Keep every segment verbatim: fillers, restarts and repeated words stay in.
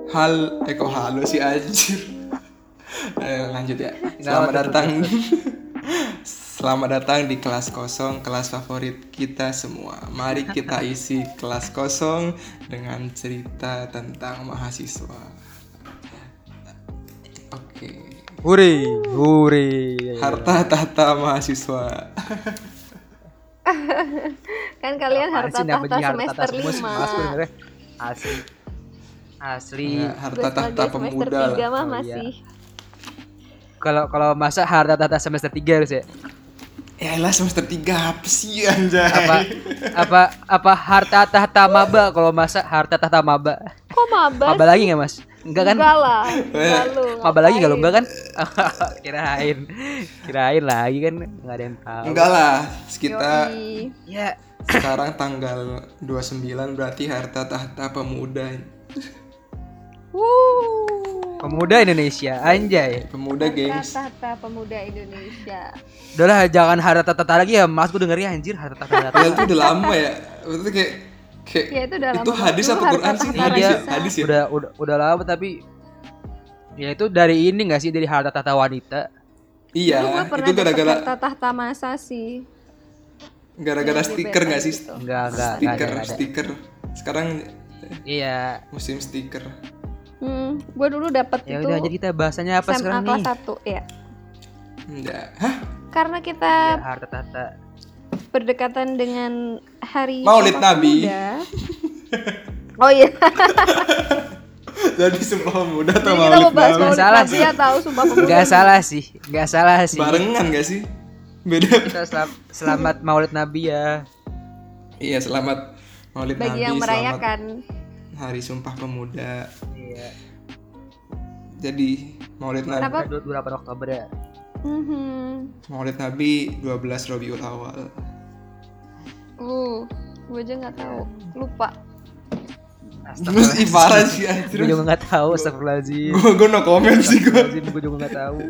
Hal, eh kok halo sih anjir. Ayo lanjut ya. Selamat datang. Selamat datang di kelas kosong, kelas favorit kita semua. Mari kita isi kelas kosong dengan cerita tentang mahasiswa. Oke. Hore, hore. Harta tahta mahasiswa. Kan kalian Apaan harta sih nama tahta di harta semester tahta semua sih, lima. Mas, bener-bener. Asli. Asli. Nah, harta Gue tahta sebagai semester pemuda tiga lah. mah Oh, iya. masih. Kalau kalau masa harta tahta semester tiga harus ya. Ya lah semester tiga apa sih anjay? Apa apa apa harta tahta maba kalau masa harta tahta maba. Kok maba? Maba lagi enggak, Mas? Enggak kan? Enggak lah. Enggak lu. Maba lagi kalau ngapain? enggak kan? Kirain. Kirain lagi kan enggak ada yang tahu. Enggak lah, kita Yoi. Ya, sekarang tanggal dua puluh sembilan berarti harta tahta pemuda. Wuh. pemuda Indonesia anjay. Pemuda gengs. Tahta pemuda Indonesia. Udahlah jangan harta tahta lagi ya, Mas. Gue dengernya anjir harta tahta. Padahal itu udah lama ya. Itu kayak kayak Ya, itu udah lama itu hadis banget. apa Dulu Quran harta sih? tahta Hadis ya? raisa. Hadis ya? Udah udah udah lama tapi ya itu dari ini enggak sih, dari harta tahta wanita. Iya, Dulu gue pernah itu gara-gara dapet harta tahta masa sih. gara-gara Yang stiker nggak sih? gitu. Enggak, enggak, enggak ada, Stiker, enggak ada. stiker. Sekarang Iya. musim stiker. Hmm, gue dulu dapet Ya itu udah, jadi kita bahasanya apa S M A sekarang kelas nih? satu ya. Enggak. Hah? Karena kita Ya, harta tahta. berdekatan dengan hari Maulid Sumpah Nabi. Pemuda. Oh iya. Jadi Sumpah Pemuda atau Jadi kita mau Maulid bahas Nabi? Maulid Salah Nabi sih. atau Sumpah Pemuda. Enggak salah sih, enggak salah sih. Barengan nggak sih? Beda. Kita selam- selamat Maulid Nabi ya. Iya, selamat Maulid Bagi Nabi. yang Selamat merayakan. Hari Sumpah Pemuda. Iya. Jadi Maulid Nabi. Kenapa? dua puluh delapan Oktober ya. Mhm. Maulid Nabi dua belas Rabiul Awal. Uh, gue aja nggak tahu, lupa. Terus ih parah sih anjir. Gue juga nggak tahu, astagfirullahaladzim. Gue gue no comment sih gue. Gue juga nggak tahu.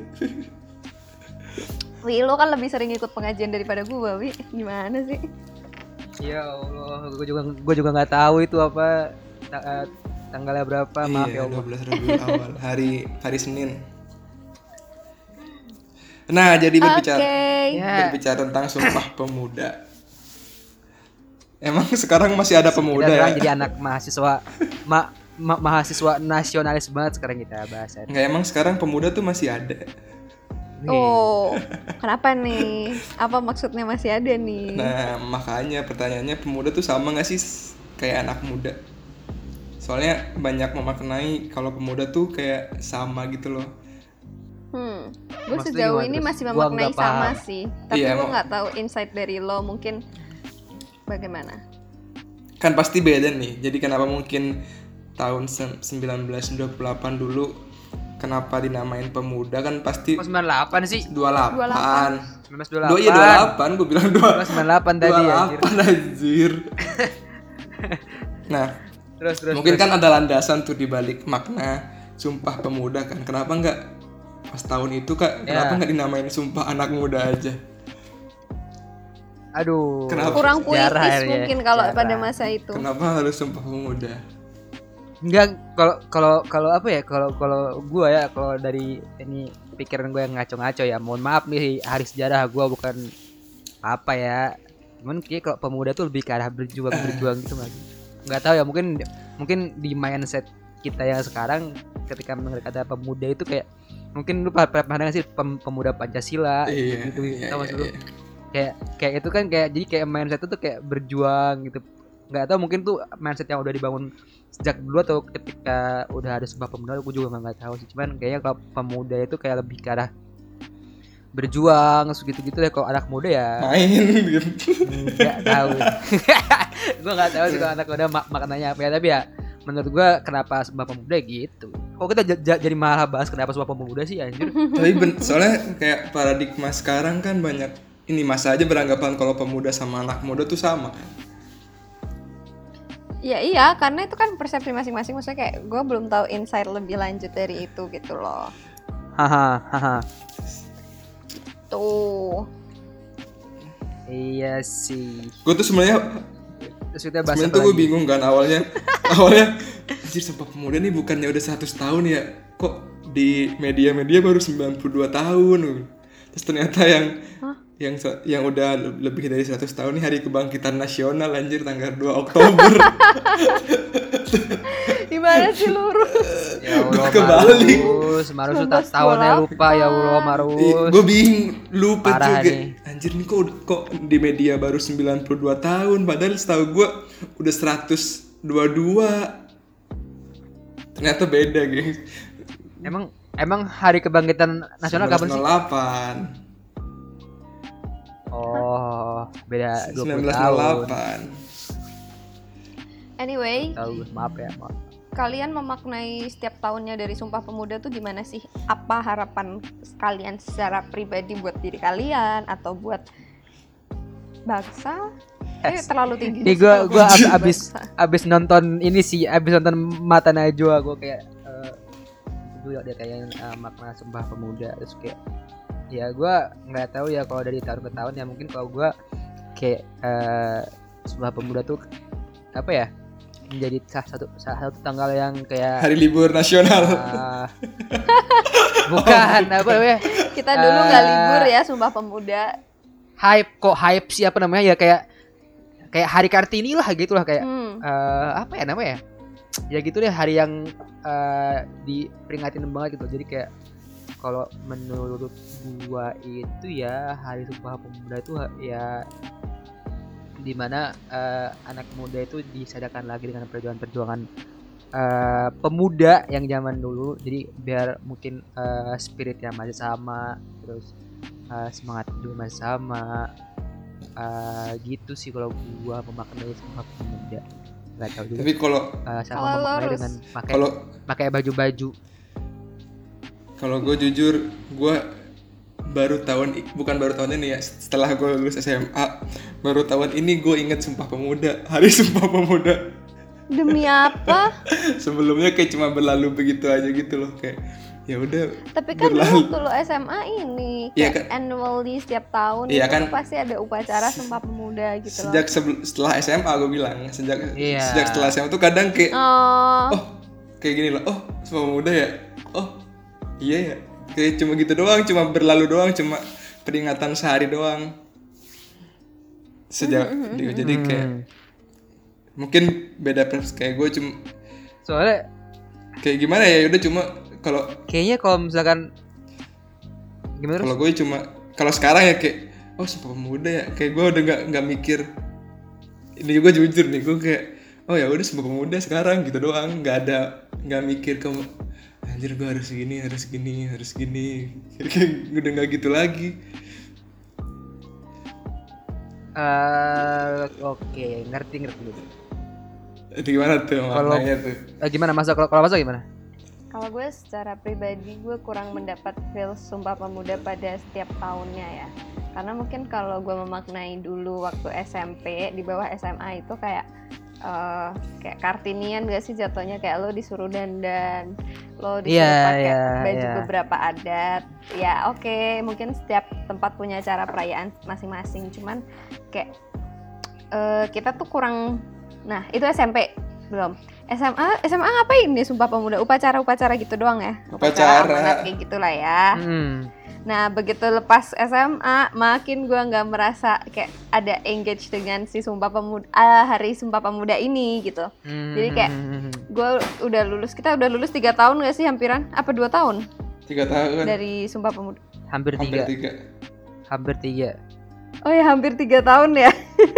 Wi, lo kan lebih sering ikut pengajian daripada gue, Wi. Gimana sih? Ya Allah, gue juga gue juga nggak tahu itu apa ta- eh, tanggalnya berapa. Maaf ya Iya, Allah. dua belas Rabiul Awal, hari hari Senin. Nah, jadi berbicara Oke. Ya. berbicara tentang Sumpah Pemuda. Emang sekarang masih ada Kita pemuda sekarang ya? jadi anak mahasiswa ma- ma- mahasiswa nasionalis banget sekarang kita bahas. Enggak, emang sekarang pemuda tuh masih ada. Oh, kenapa nih? Apa maksudnya masih ada nih? Nah, makanya pertanyaannya pemuda tuh sama gak sih s- kayak anak muda? Soalnya banyak memaknai kalau pemuda tuh kayak sama gitu loh. Hmm, gue Maksudnya sejauh gimana ini terus? masih Gua memaknai nggak sama paham. sih. Tapi Iya, gue emang. nggak tahu insight dari lo, mungkin bagaimana? Kan pasti beda nih. Jadi kenapa mungkin tahun se- sembilan belas dua puluh delapan dulu kenapa dinamain pemuda kan pasti Kok sembilan puluh delapan sih? dua puluh delapan. sembilan belas dua Dua puluh iya dua puluh delapan, gue bilang dua. sembilan puluh delapan tadi dua ya. puluh delapan anjir. Nah, Terus terus. mungkin terus. kan ada landasan tuh dibalik makna Sumpah Pemuda kan. Kenapa nggak pas tahun itu kak? Ya. Kenapa nggak dinamain Sumpah Anak Muda aja? Aduh. Kenapa? Kurang Sejarah puitis akhirnya. mungkin kalau Sejarah. pada masa itu. Kenapa harus Sumpah Pemuda? Enggak, kalau kalau kalau apa ya? Kalau kalau gua ya, kalau dari ini pikiran gue yang ngaco-ngaco ya. Mohon maaf nih, hari sejarah gua bukan apa ya. Cuman kayak kalau pemuda tuh lebih ke arah berjuang berjuang gitu kan. Enggak tahu ya, mungkin mungkin di mindset kita yang sekarang ketika mendengar kata pemuda itu kayak mungkin lu pernah pernah dengar sih pem- pemuda Pancasila Iya, gitu, iya, tahu iya, maksud lu? iya. Kayak kayak itu kan kayak jadi kayak mindset itu tuh kayak berjuang gitu. Nggak tahu mungkin tuh mindset yang udah dibangun sejak dulu atau ketika udah ada Sumpah Pemuda, aku juga nggak tahu sih. Cuman kayaknya kalau pemuda itu kayak lebih ke arah berjuang segitu-gitu deh. Kalau anak muda ya Main gitu. nggak tahu. Gue nggak tahu sih kalau anak muda mak- maknanya apa ya. Tapi ya menurut gue kenapa Sumpah Pemuda gitu. Kok kita j- j- jadi malah bahas kenapa Sumpah Pemuda sih anjir? Tapi ben- soalnya kayak paradigma sekarang kan banyak ini masa aja beranggapan kalau pemuda sama anak muda tuh sama kan. Ya iya, karena itu kan persepsi masing-masing. Maksudnya kayak gue belum tahu insight lebih lanjut dari itu gitu loh. Haha haha. Tuh. Iya sih. Gue tuh sebenarnya Terus kita bahas Sebenernya apa tuh gue lagi? bingung kan awalnya. Awalnya anjir Sumpah Pemuda nih bukannya udah seratus tahun ya. Kok di media-media baru sembilan puluh dua tahun. Terus ternyata yang Hah? yang yang udah lebih dari seratus tahun nih Hari Kebangkitan Nasional anjir tanggal dua Oktober. Gimana sih lurus? Ya Allah, Gua kebalik. Marus, Marus tuh Sumpah tak tahunnya sekolah lupa ya Allah Marus. Gue bingung lupa Parah juga. nih. Anjir nih kok kok di media baru sembilan puluh dua tahun padahal setahu gue udah seratus dua puluh dua. Ternyata beda guys. Emang emang Hari Kebangkitan Nasional kapan sih? seribu sembilan ratus delapan. Oh, beda dua puluh seribu sembilan ratus tahun. delapan. Anyway, Tahu, maaf ya, maaf. kalian memaknai setiap tahunnya dari Sumpah Pemuda tuh gimana sih? Apa harapan kalian secara pribadi buat diri kalian atau buat bangsa? Eh, terlalu tinggi. Ini gue gue Bangsa. abis abis nonton ini sih, abis nonton Mata Najwa gue kayak uh, juga dia kayak uh, makna Sumpah Pemuda. Terus kayak ya gue nggak tahu ya kalau dari tahun ke tahun ya, mungkin kalau gue kayak uh, Sumpah Pemuda tuh apa ya, menjadi salah satu salah satu tanggal yang kayak Hari libur nasional. uh, bukan apa namanya, Kita dulu nggak Eh, libur ya Sumpah Pemuda. hype kok hype sih apa namanya ya, kayak kayak Hari Kartini lah gitu lah, kayak Hmm. eh, apa ya namanya ya gitu deh, hari yang eh, diperingatin banget gitu. Jadi kayak kalau menurut gua itu ya Hari Sumpah Pemuda itu ha- ya dimana eh, anak muda itu disadarkan lagi dengan perjuangan-perjuangan eh, pemuda yang zaman dulu. Jadi biar mungkin eh, spiritnya masih sama, terus eh, semangat juga masih sama. Eh, gitu sih kalau gua memaknai Sumpah Pemuda. Nggak tahu juga Tapi kalau eh, cara Kalau lo memaknai harus- dengan pakai kalau pakai baju-baju. kalau gue jujur gue baru tahun bukan baru tahun ini ya, setelah gue lulus S M A baru tahun ini gue inget Sumpah Pemuda, Hari Sumpah Pemuda. Demi apa? Sebelumnya kayak cuma berlalu begitu aja gitu loh, kayak ya udah Tapi kan dulu berlalu. waktu lo S M A ini Iya kayak kan? annually setiap tahun Iya itu kan? tuh pasti ada upacara Sumpah Pemuda gitu loh. Sejak sebel- setelah S M A gue bilang, sejak Iya. sejak setelah S M A tuh kadang kayak Oh, oh kayak gini loh, oh Sumpah Pemuda ya, oh iya ya, kayak cuma gitu doang, cuma berlalu doang, cuma peringatan sehari doang. Sejak jadi kayak Hmm. mungkin beda pers kayak gue cuma Soalnya kayak gimana ya, udah cuma kalau kayaknya kalau misalkan gimana kalau terus? gue cuma kalau sekarang ya kayak oh Sumpah Pemuda ya, kayak gue udah nggak nggak mikir. Ini juga jujur nih, gue kayak oh ya udah Sumpah Pemuda sekarang gitu doang, nggak ada nggak mikir ke anjir gue harus gini harus gini harus gini kayak udah nggak gitu lagi. Eh, oke, ngerti ngerti dulu. Itu gimana tuh Kalau- maknanya tuh? Eh, gimana masa kalau kalau masa gimana? kalau gue secara pribadi gue kurang mendapat feel Sumpah Pemuda pada setiap tahunnya ya. Karena mungkin kalau gue memaknai dulu waktu S M P di bawah S M A itu kayak eh, kayak Kartinian gak sih jatuhnya, kayak lo disuruh dandan, lo disuruh Iya, pakai iya, baju iya. beberapa adat. Ya oke, mungkin setiap tempat punya cara perayaan masing-masing. Cuman kayak eh, kita tuh kurang. Nah itu S M P belum. S M A S M A ngapain nih Sumpah Pemuda? Upacara-upacara gitu doang ya? Upacara. amanat kayak gitulah ya. Hmm. Nah begitu lepas S M A makin gue nggak merasa kayak ada engage dengan si Sumpah Pemuda, ah, Hari Sumpah Pemuda ini gitu. Jadi kayak Hmm. gue udah lulus, kita udah lulus tiga tahun gak sih hampiran? Apa dua tahun Tiga tahun dari Sumpah Pemuda? hampir hampir tiga, tiga. hampir tiga. Oh ya hampir tiga tahun ya.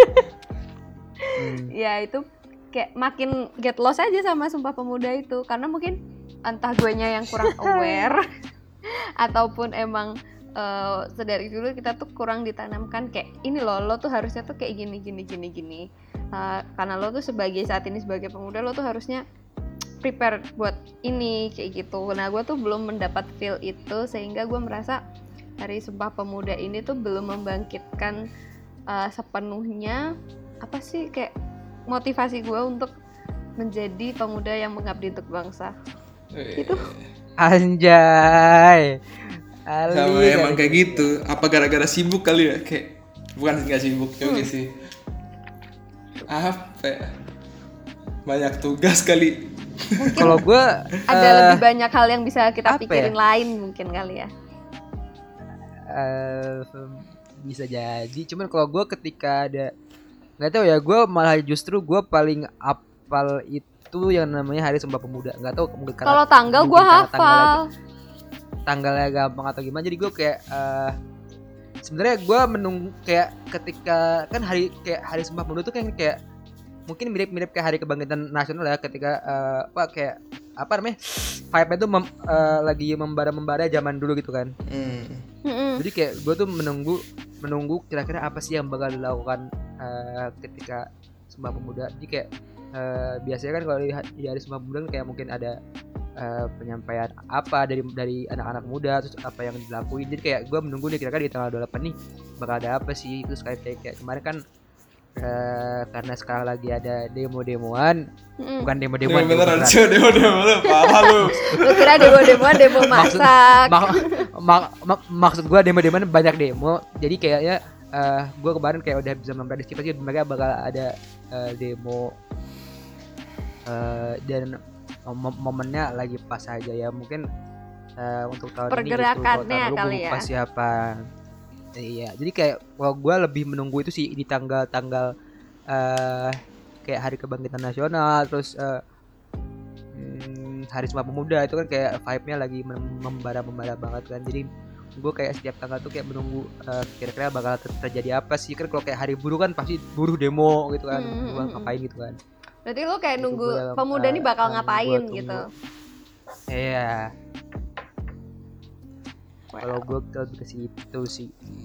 Hmm. Ya itu kayak makin get lost aja sama Sumpah Pemuda itu, karena mungkin entah guenya yang kurang aware ataupun emang eh, sedari dulu kita tuh kurang ditanamkan kayak ini loh, lo tuh harusnya tuh kayak gini gini gini gini. Eh, karena lo tuh sebagai saat ini sebagai pemuda lo tuh harusnya prepare buat ini kayak gitu. Nah gue tuh belum mendapat feel itu, sehingga gue merasa Hari Sumpah Pemuda ini tuh belum membangkitkan eh, sepenuhnya apa sih kayak motivasi gue untuk menjadi pemuda yang mengabdi untuk bangsa. Itu Anjay. Ali, Sama kali. emang kayak gitu. Apa gara-gara sibuk kali ya, kayak bukan nggak sibuk juga Hmm. sih. Apa ya? Banyak tugas kali. Kalau gua Ada eh, lebih banyak hal yang bisa kita apa pikirin lain mungkin kali ya. eh, bisa jadi. Cuman kalau gua ketika ada nggak tahu ya, gua malah justru gua paling apal itu yang namanya Hari Sumpah Pemuda. Nggak tahu mungkin karena Kalau tanggal mungkin gue karena hafal. tanggalnya, tanggalnya gampang atau gimana. Jadi gue kayak eh, sebenarnya gue menunggu kayak ketika kan hari kayak Hari Sumpah Pemuda tuh kayak kayak mungkin mirip-mirip kayak Hari Kebangkitan Nasional ya, ketika eh, apa kayak apa namanya vibe-nya tuh mem, eh, lagi membara-membara zaman dulu gitu kan. Hmm. Mm-mm. Jadi kayak gue tuh menunggu menunggu kira-kira apa sih yang bakal dilakukan eh, ketika Sumpah Pemuda. Jadi kayak eh, biasanya kan kalau di, di Hari Sumpah Pemuda kan kayak mungkin ada eh, penyampaian apa dari dari anak-anak muda, terus apa yang dilakuin. Jadi kayak gue menunggu nih kira-kira di tanggal dua puluh delapan nih bakal ada apa sih. Terus kayak kayak, kayak kemarin kan eh, karena sekarang lagi ada demo-demoan, Mm-mm. bukan Demo demo-demoan, demo beneran, beneran. cuy, demo demo lu, parah lu. Lu kira demo-demoan demo Maksud- masak. Mak- mak- mak- maksud gue demo-demoan banyak demo. Jadi kayaknya eh gue kemarin kayak udah bisa memprediksi pasti mereka bakal ada eh, demo eh, dan mom- momennya lagi pas aja ya. Mungkin eh, untuk tahun ini gitu, kalau Pergerakannya tahun lalu kali gue lupa ya. siapa. Iya, jadi kayak kalau gue lebih menunggu itu sih di tanggal-tanggal eh kayak Hari Kebangkitan Nasional, terus eh, hmm, Hari Sumpah Pemuda itu kan kayak vibe-nya lagi mem- membara-membara banget kan. Jadi gue kayak setiap tanggal tuh kayak menunggu eh, kira-kira bakal ter- terjadi apa sih. Kan kalau kayak hari buruh kan pasti buruh demo gitu kan, Hmm, buruh hmm, ngapain gitu kan. Berarti lu kayak Itu nunggu gua, pemuda eh, nih bakal yang ngapain gua tunggu. gitu. Iya, Well, kalau gue lebih ke situ sih.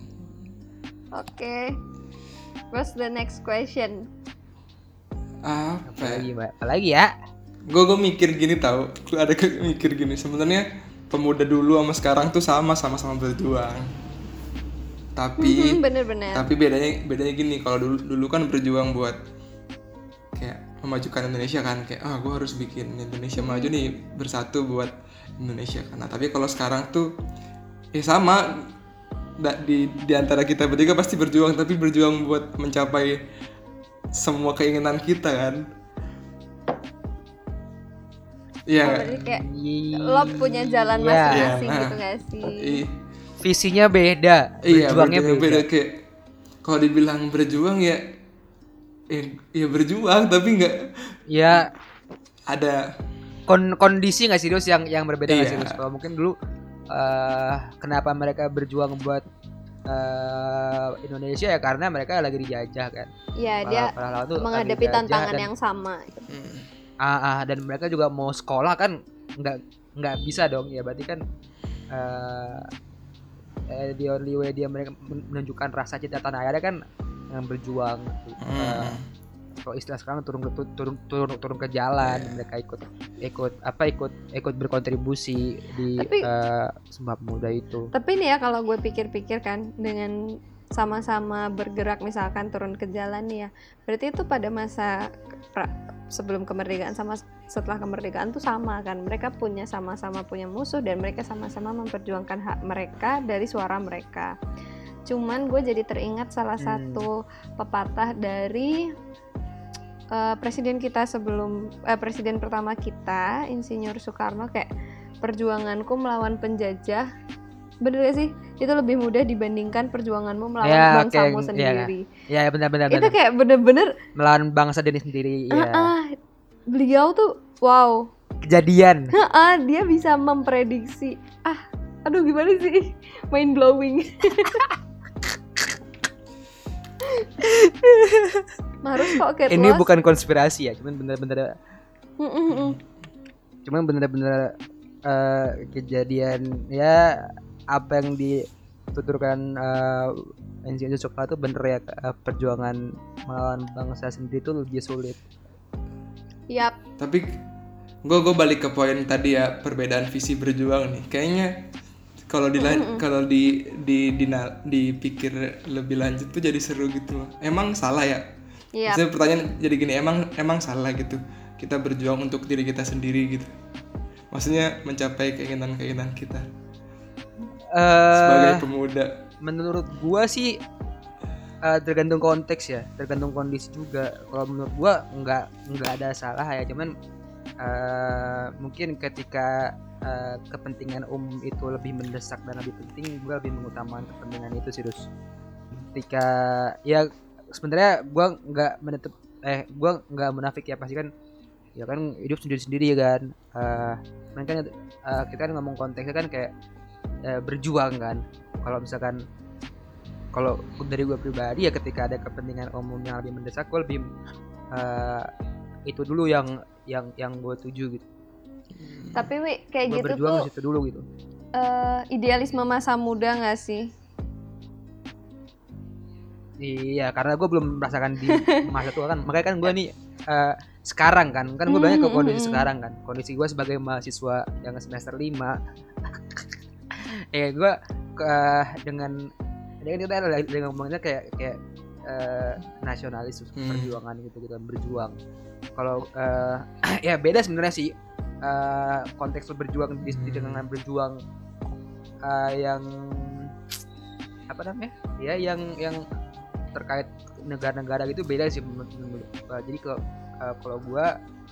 Oke. What's the next question? Apa ya? Apalagi mbak, apalagi ya? Gue gue mikir gini tau, gue ada ke- mikir gini. Sebenarnya pemuda dulu sama sekarang tuh sama sama-sama berjuang. Tapi Mhm, bener-bener. tapi bedanya bedanya gini, kalau dulu dulu kan berjuang buat kayak memajukan Indonesia kan, kayak ah gue harus bikin Indonesia maju nih, bersatu buat Indonesia kan. Nah, tapi kalau sekarang tuh ya sama, da- di di antara kita bertiga pasti berjuang, tapi berjuang buat mencapai semua keinginan kita kan. Iya Oh, nggak? berarti kayak Iya. lo punya jalan Iya. masing-masing Iya, gitu nah. gak sih? Ih, Visinya beda, iya, berjuangnya berjuang beda. beda. Kayak kalau dibilang berjuang ya, ya, ya berjuang, tapi nggak Ya ada. kon- kondisi nggak sih Dos yang yang berbeda nggak Iya. sih Dos? Kalau mungkin dulu eh kenapa mereka berjuang buat eh, Indonesia ya karena mereka lagi dijajah kan. Iya, dia Para- para lawan tuh lagi menghadapi dijajah tantangan dan- yang sama. Hmm. ah, ah, dan mereka juga mau sekolah kan nggak nggak bisa dong ya, berarti kan eh eh, the only way dia mereka men- menunjukkan rasa cinta tanah airnya kan yang berjuang. Hmm. Eh, kalau istilah sekarang turun ke tu- turun turun turun ke jalan, Iya. mereka ikut ikut apa ikut ikut berkontribusi di Tapi- eh, Sumpah Pemuda itu. Tapi nih ya kalau gue pikir-pikir kan dengan sama-sama bergerak misalkan turun ke jalan nih ya, berarti itu pada masa pra- sebelum kemerdekaan sama setelah kemerdekaan tuh sama kan, mereka punya sama-sama punya musuh dan mereka sama-sama memperjuangkan hak mereka dari suara mereka. Cuman gue jadi teringat salah Hmm. satu pepatah dari eh, presiden kita sebelum eh, presiden pertama kita, Insinyur Soekarno, kayak perjuanganku melawan penjajah, bener gak sih? Itu lebih mudah dibandingkan perjuanganmu melawan Ya, bangsamu kayak- sendiri. Ya benar-benar Itu kayak bener-bener melawan bangsa diri sendiri ah, ya. ah, beliau tuh wow, Kejadian. ah, dia bisa memprediksi. Ah, aduh gimana sih? Mind blowing. Harus kok get Ini lost. bukan konspirasi ya, cuman bener-bener Mm, mm, mm. cuman bener-bener eh, kejadian ya apa yang dituturkan uh, Insinyur Soekarno itu bener ya, eh, perjuangan melawan bangsa sendiri itu lebih sulit. Yap. Tapi gue gue balik ke poin tadi ya, perbedaan visi berjuang nih. Kayaknya kalau di kalau di di dina- dipikir lebih lanjut tuh jadi seru gitu loh. Emang salah ya? Yap. Maksudnya pertanyaan jadi gini, emang emang salah gitu kita berjuang untuk diri kita sendiri gitu. Maksudnya mencapai keinginan-keinginan kita Eh, sebagai pemuda. menurut gua sih uh, tergantung konteks ya, tergantung kondisi juga. Kalau menurut gua nggak nggak ada salah ya, cuman uh, mungkin ketika uh, kepentingan umum itu lebih mendesak dan lebih penting, gua lebih mengutamakan kepentingan itu sih, Rus. Ketika ya sebenarnya gua nggak menutup eh gua nggak munafik ya, pasti kan ya kan hidup sendiri-sendiri ya kan. Uh, kan uh, kita kan ngomong konteksnya kan kayak uh, berjuang kan. Kalau misalkan kalau dari gue pribadi ya ketika ada kepentingan umum yang lebih mendesak, gue lebih uh, itu dulu yang yang yang gue tuju gitu. Tapi Wi, kayak gua gitu berjuang tuh di situ dulu gitu. Uh, idealisme masa muda nggak sih? Iya, karena gue belum merasakan di masa tua kan, makanya kan gue nih uh, sekarang kan, kan gue banyak ke kondisi Mm-hmm. sekarang kan, kondisi gue sebagai mahasiswa yang semester lima, eh gue uh, dengan dengan kita dengan ngomongnya kayak kayak uh, nasionalis Hmm. perjuangan gitu gitu berjuang. Kalau uh, ya beda sebenarnya sih uh, konteks berjuang di, di dengan berjuang uh, yang apa namanya ya yang yang terkait negara-negara gitu beda sih menurut uh, jadi kalau uh, kalau gua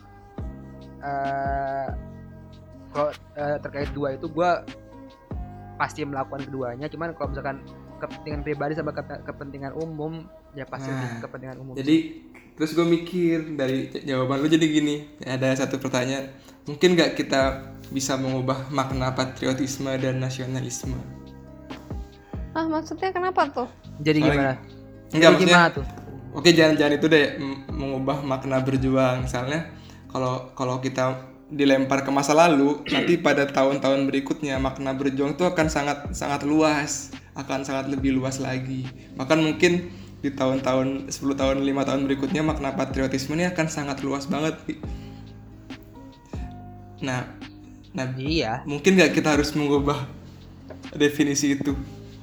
uh, kalau uh, terkait dua itu gua pasti melakukan keduanya, cuman kalau misalkan kepentingan pribadi sama kepentingan umum ya pasti Nah, kepentingan umum. Jadi terus gue mikir dari jawaban lu jadi gini, ada satu pertanyaan, mungkin nggak kita bisa mengubah makna patriotisme dan nasionalisme? Ah, maksudnya kenapa tuh? Jadi Soalnya- gimana? Enggak, Jadi maksudnya gimana tuh? oke, jangan-jangan itu deh m- mengubah makna berjuang. Misalnya kalau kalau kita dilempar ke masa lalu, nanti pada tahun-tahun berikutnya makna berjuang itu akan sangat sangat luas, akan sangat lebih luas lagi. Bahkan mungkin di tahun-tahun sepuluh tahun, lima tahun berikutnya makna patriotisme ini akan sangat luas banget. Nah, nah Iya. mungkin nggak kita harus mengubah definisi itu?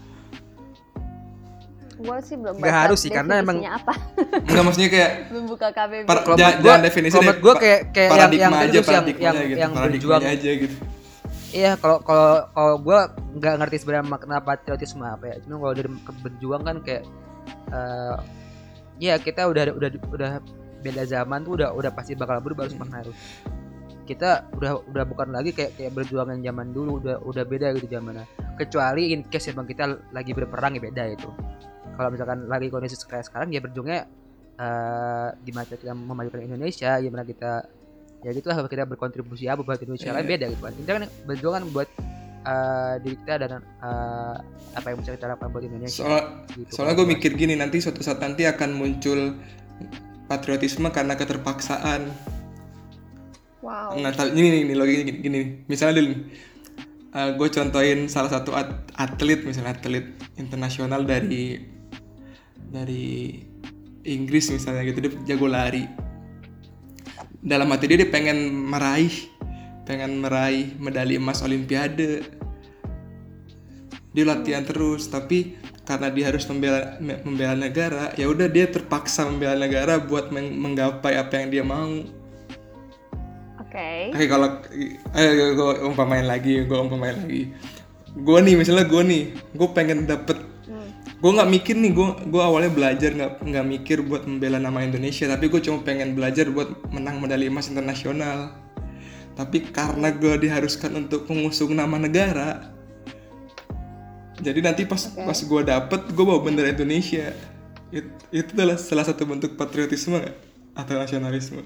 Gue sih belum Nggak baca harus sih, karena emang- definisinya apa. Enggak, maksudnya kayak Belum buka K B B. Par- Kalau jangan, menurut gua- jangan definisi kalau deh, menurut gua pa- kayak- kayak yang- paradigma yang aja, terus yang- paradigmanya yang- gitu, yang paradigmanya berjuang. aja gitu. Iya, kalau kalau kalau gue nggak ngerti sebenarnya makna patriotisme apa ya. Cuma kalau dari berjuang kan kayak, uh, ya kita udah udah udah beda zaman tuh udah udah pasti bakal berubah harus makna harus. Kita udah udah bukan lagi kayak kayak berjuang yang zaman dulu, udah udah beda gitu zamannya. Kecuali in case emang kita lagi berperang ya beda itu. Kalau misalkan lagi kondisi kayak sekarang ya berjuangnya uh, gimana kita memajukan Indonesia, gimana kita ya gitulah kita berkontribusi apa buat Indonesia kan beda gitu kan. Kita kan berjuang kan buat uh, diri kita dan uh, apa yang bisa kita lakukan buat Indonesia. Soal, gitu. soalnya gue mikir gini, nanti suatu saat nanti akan muncul patriotisme karena keterpaksaan. Wow. Nah, tal- ini nih logiknya gini, gini. Misalnya dulu, uh, gue contohin salah satu at- atlet, misalnya atlet internasional dari dari Inggris misalnya gitu, dia jago lari. Dalam hati dia, dia pengen meraih, pengen meraih medali emas Olimpiade. Dia latihan terus, tapi karena dia harus membela membela negara, ya udah dia terpaksa membela negara buat meng- menggapai apa yang dia mau. Oke. Oke, kalau ayo gue umpamain lagi, gue umpamain lagi. Gue nih, misalnya gue nih, gue pengen dapet, gue nggak mikir nih, gue gue awalnya belajar nggak nggak mikir buat membela nama Indonesia, tapi gue cuma pengen belajar buat menang medali emas internasional. Tapi karena gue diharuskan untuk mengusung nama negara, jadi nanti pas Oke. pas gue dapet, gue bawa bendera Indonesia. It, itu adalah salah satu bentuk patriotisme nggak? Atau nasionalisme?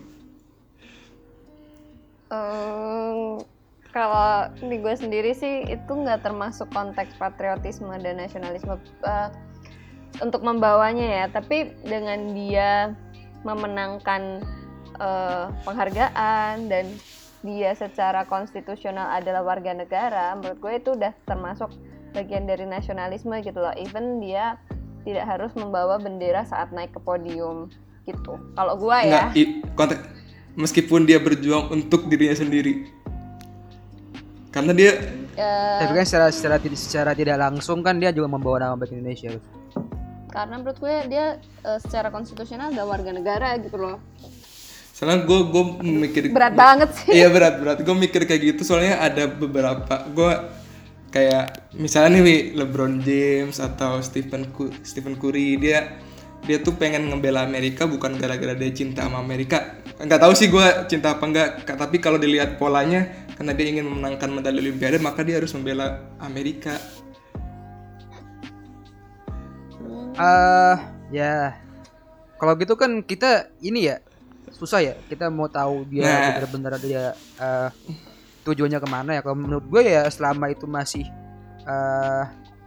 Ehm, kalau di gue sendiri sih itu nggak termasuk konteks patriotisme dan nasionalisme eh, untuk membawanya ya, tapi dengan dia memenangkan eh, penghargaan dan dia secara konstitusional adalah warga negara, menurut gue itu udah termasuk bagian dari nasionalisme gitu loh. Even dia tidak harus membawa bendera saat naik ke podium gitu. Kalau gue ya. Nggak, i- konteks meskipun dia berjuang untuk dirinya sendiri, karena dia eh, Tapi kan secara secara tidak secara tidak langsung kan dia juga membawa nama baik Indonesia. karena menurut gue dia eh, secara konstitusional adalah warga negara gitu loh. soalnya gue gue mikir Berat banget sih. iya berat berat gue mikir kayak gitu, soalnya ada beberapa gue kayak misalnya nih Wi, LeBron James atau Stephen Cu- Stephen Curry, dia dia tuh pengen ngebela Amerika bukan gara-gara dia cinta sama Amerika. Nggak tahu sih gue cinta apa enggak, tapi kalau dilihat polanya karena dia ingin memenangkan medali Olimpiade maka dia harus membela Amerika. Eh uh, ya kalau gitu kan kita ini ya susah ya kita mau tahu dia Nah. benar-benar dia uh, tujuannya kemana ya. Kalau menurut gue ya selama itu masih uh,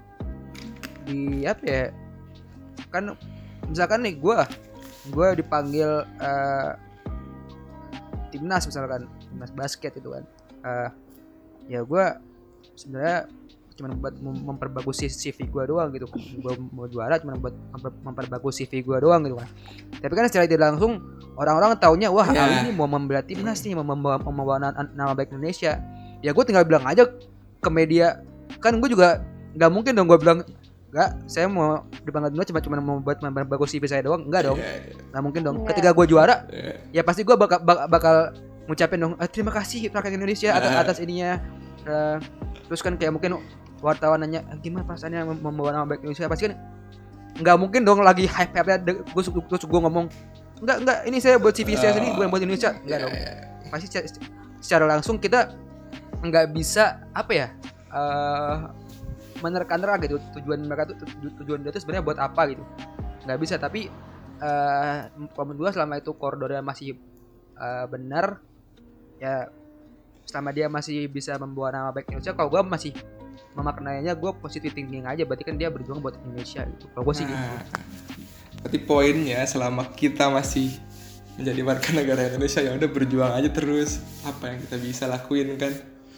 di apa ya, kan misalkan nih gue gue dipanggil uh, timnas misalkan timnas basket itu kan, uh, ya gue sebenarnya cuma buat mem- memperbagus C V gue doang gitu kan. Gue mau juara cuma buat memper- memperbagus C V gue doang gitu kan. Tapi kan secara tidak langsung orang-orang taunya wah Ya. Ali ini mau membela timnas nih, mau membawa, membawa na- nama baik Indonesia. Ya gue tinggal bilang aja ke media, kan gue juga nggak mungkin dong gue bilang nggak, saya mau dipanggil timnas cuma cuma mau buat memperbagus C V saya doang, enggak dong, Ya, nggak mungkin dong. Nggak. Ketika gue juara ya. ya pasti gue bakal bakal, bakal ngucapin dong eh, terima kasih rakyat Indonesia atas Nah. atas ininya. Uh, terus kan kayak mungkin wartawan nanya gimana perasaannya mem- membawa nama baik Indonesia, pasti kan nggak mungkin dong lagi hype hype nya gue terus gue ngomong enggak enggak ini saya buat C V saya sendiri bukan buat Indonesia, enggak Ya, dong. ya. Pasti secara, secara langsung kita nggak bisa apa ya uh, menerka-nerka gitu tujuan mereka tuh tu- tujuan dia tuh sebenarnya buat apa gitu, nggak bisa. Tapi uh, menurut gue selama itu koridornya masih uh, benar ya, selama dia masih bisa membawa nama baik Indonesia, kalau gue masih memaknainya gue positive thinking aja, berarti kan dia berjuang buat Indonesia gitu. Kalau gue sih gitu. Nah, berarti poinnya selama kita masih menjadi warga negara Indonesia ya udah berjuang aja terus, apa yang kita bisa lakuin kan.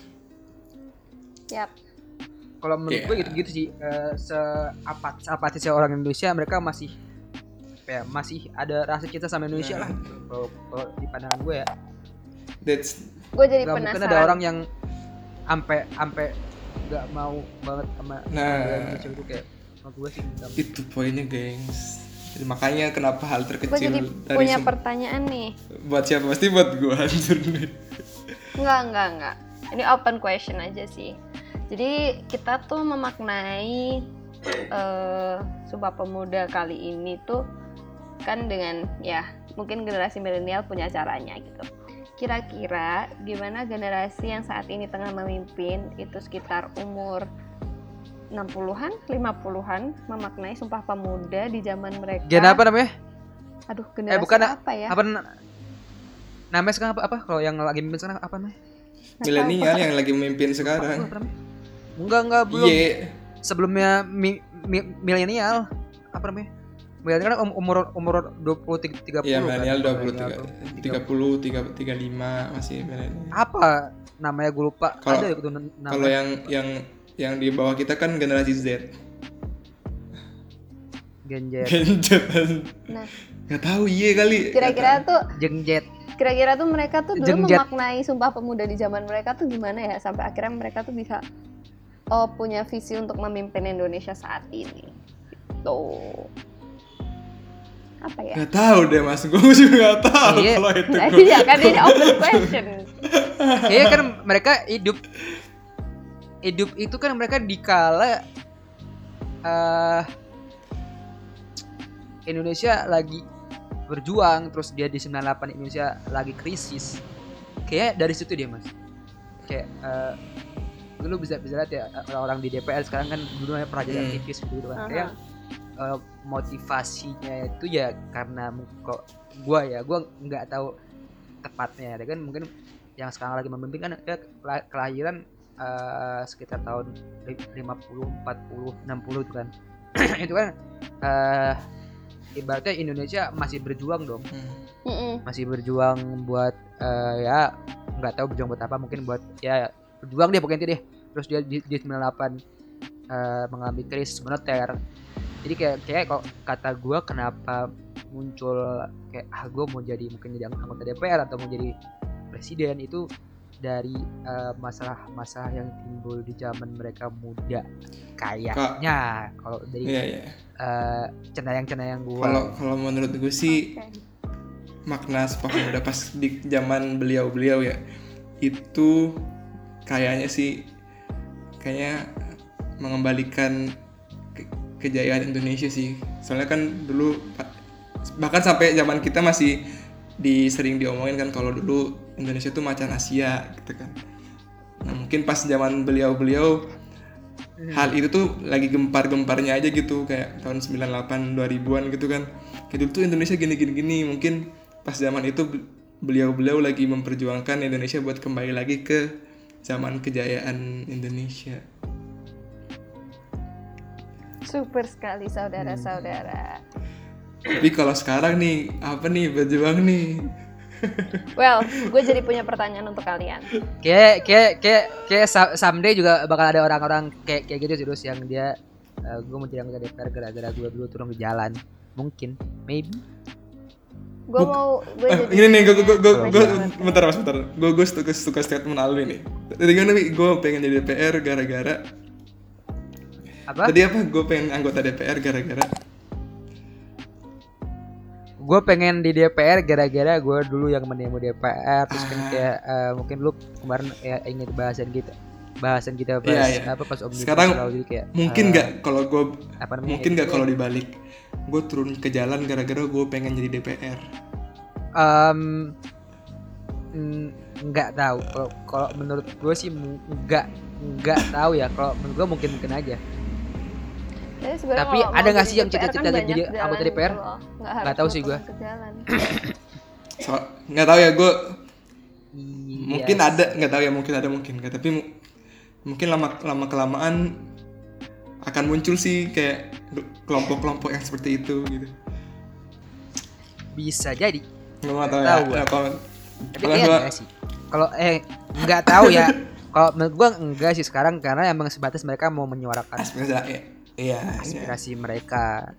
Yap. Kalau menurut Yeah. gue gitu-gitu sih, uh, seapat apatisnya orang Indonesia, mereka masih apa ya, masih ada rasa cinta sama Indonesia Nah. lah. Kalau kalau di pandangan gue ya, That's Gue jadi nggak mungkin penasaran. ada orang yang ampe ampe nggak mau banget sama Nah. negara Indonesia itu, kayak menurut gue sih nggak. itu poinnya, gengs. Jadi makanya kenapa hal Gue terkecil jadi dari punya sem- pertanyaan nih. buat siapa, pasti buat gue hancur nih. Enggak, enggak, enggak. Ini open question aja sih. Jadi kita tuh memaknai eh Sumpah Pemuda kali ini tuh kan dengan ya mungkin generasi milenial punya caranya gitu. Kira-kira gimana generasi yang saat ini tengah memimpin itu sekitar umur enam puluhan, lima puluhan memaknai Sumpah Pemuda di zaman mereka? Gen apa namanya? Aduh, generasi Eh, bukan, apa ya? Apa na- namanya sekarang apa? Apa kalau yang lagi mimpin sekarang apa namanya? Nggak Milenial tahu. yang lagi memimpin sekarang. Apa namanya? Enggak enggak belum. Iya. Sebelumnya mi, mi, milenial apa namanya? Milenial kan um- umur umur dua puluh tiga puluh Iya, kan. milenial dua puluh, Milenial tiga tuh. tiga puluh, tiga tiga lima masih milenial. Apa namanya gue lupa. Kalau- Ada itu nama. Kalau yang yang yang di bawah kita kan generasi Z. Gen Z. Genjet. Nah, Gak tahu iya kali. kira-kira tuh Gen Z. kira-kira tuh mereka tuh dulu Jengjet. memaknai Sumpah Pemuda di zaman mereka tuh gimana ya sampai akhirnya mereka tuh bisa oh punya visi untuk memimpin Indonesia saat ini. Tuh. Apa ya? Gak tahu deh mas, gue juga gak tahu Iya. kalau itu. Nah, gua. iya kan ini open question. Kayaknya kan mereka hidup hidup itu kan mereka dikala eh Indonesia lagi berjuang, terus dia di sembilan puluh delapan Indonesia lagi krisis. Kayak dari situ dia mas. Kayak eh lu bisa bisa lihat ya orang-orang di D P R sekarang kan dulu pernah jadi Hmm. aktivis gitu kan. Aha. Kayak eh, motivasinya itu ya karena mu- kok gua ya gua nggak tahu tepatnya ya kan, mungkin yang sekarang lagi memimpin kan dia kela- kelahiran eh, sekitar tahun lima puluh, empat puluh, enam puluh itu kan. Itu kan eh ibaratnya Indonesia masih berjuang dong, Hmm. Mm-mm. masih berjuang buat eh, ya nggak tahu berjuang buat apa, mungkin buat ya berjuang deh pokoknya deh. Terus dia di, di sembilan puluh delapan eh, mengalami krisis moneter. Jadi kayak kayak kok kata gue kenapa muncul kayak ah gue mau jadi mungkin jadi anggota D P R atau mau jadi presiden itu dari eh, masalah-masalah yang timbul di zaman mereka muda kayaknya. Kalau dari Iya iya. eh, cenayang-cenayang gue. Kalau kalau menurut gue sih Oke. makna Sumpah Pemuda pas di zaman beliau-beliau ya itu kayaknya sih kayaknya mengembalikan ke- kejayaan Indonesia sih. Soalnya kan dulu bahkan sampai zaman kita masih di sering diomongin kan kalau dulu Indonesia tuh macan Asia gitu kan. Nah, mungkin pas zaman beliau-beliau hmm. hal itu tuh lagi gempar-gemparnya aja gitu, kayak tahun sembilan puluh delapan dua ribuan gitu kan. Kayak dulu tuh Indonesia gini-gini gini. Mungkin pas zaman itu beliau-beliau lagi memperjuangkan Indonesia buat kembali lagi ke zaman kejayaan Indonesia. Super sekali saudara-saudara. Tapi kalau sekarang nih, apa nih berjuang nih? Well, gue jadi punya pertanyaan untuk kalian. Kayak kayak kayak kayak someday juga bakal ada orang-orang kayak kayak gitu terus yang dia uh, gue mau jadi anggota D P R gara-gara gue dulu turun ke jalan. Mungkin, maybe. Gue mau gue eh, jadi ini nih gue gue gue gue bentar mas bentar. Gue gue suka suka statement lalu ini. Tadi gimana nih? Gue pengen jadi D P R gara-gara apa? Tadi apa? Gue pengen anggota D P R gara-gara gue pengen di D P R gara-gara gue dulu yang mendemo D P R terus kan kayak uh, mungkin lu kemarin ya ingat bahasan kita bahasan kita pas iya, iya. apa pas omnibus sekarang law jadi kayak mungkin nggak uh, kalau gue mungkin nggak ya, kalau dibalik gue turun ke jalan gara-gara gue pengen jadi D P R. Um, nggak tahu kalau kalau menurut gue sih nggak nggak tahu ya kalau menurut gue mungkin mungkin aja. Tapi ada nggak sih yang cita-cita kan jadi anggota D P R? Nggak tahu sih gue. So, nggak tahu ya gue. Yes. Mungkin ada, nggak tahu ya mungkin ada mungkin nggak. Tapi mu- mungkin lama lama kelamaan akan muncul sih kayak kelompok-kelompok yang seperti itu gitu. Bisa jadi. Nggak tahu tahu ya. Apa? Tapi enggak sih. Kalau eh nggak tahu ya. Kalau menurut gue enggak sih sekarang karena emang sebatas mereka mau menyuarakan. Aspirasi. Iya, aspirasi iya. mereka.